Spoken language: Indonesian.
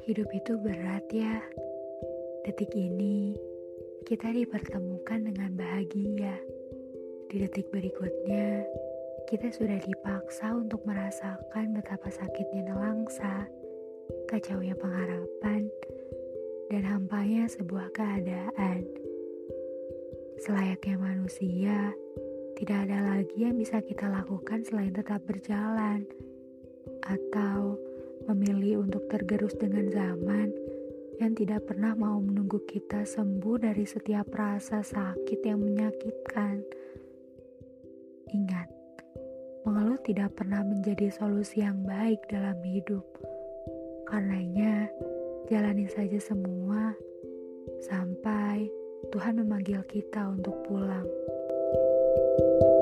Hidup itu berat ya. Detik ini, kita dipertemukan dengan bahagia. Di detik berikutnya, kita sudah dipaksa untuk merasakan betapa sakitnya nelangsa, kacaunya pengharapan, dan hampanya sebuah keadaan. Selayaknya manusia, tidak ada lagi yang bisa kita lakukan selain tetap berjalan, atau memilih untuk tergerus dengan zaman yang tidak pernah mau menunggu kita sembuh dari setiap rasa sakit yang menyakitkan. Ingat, mengeluh tidak pernah menjadi solusi yang baik dalam hidup. Karenanya, jalani saja semua sampai Tuhan memanggil kita untuk pulang.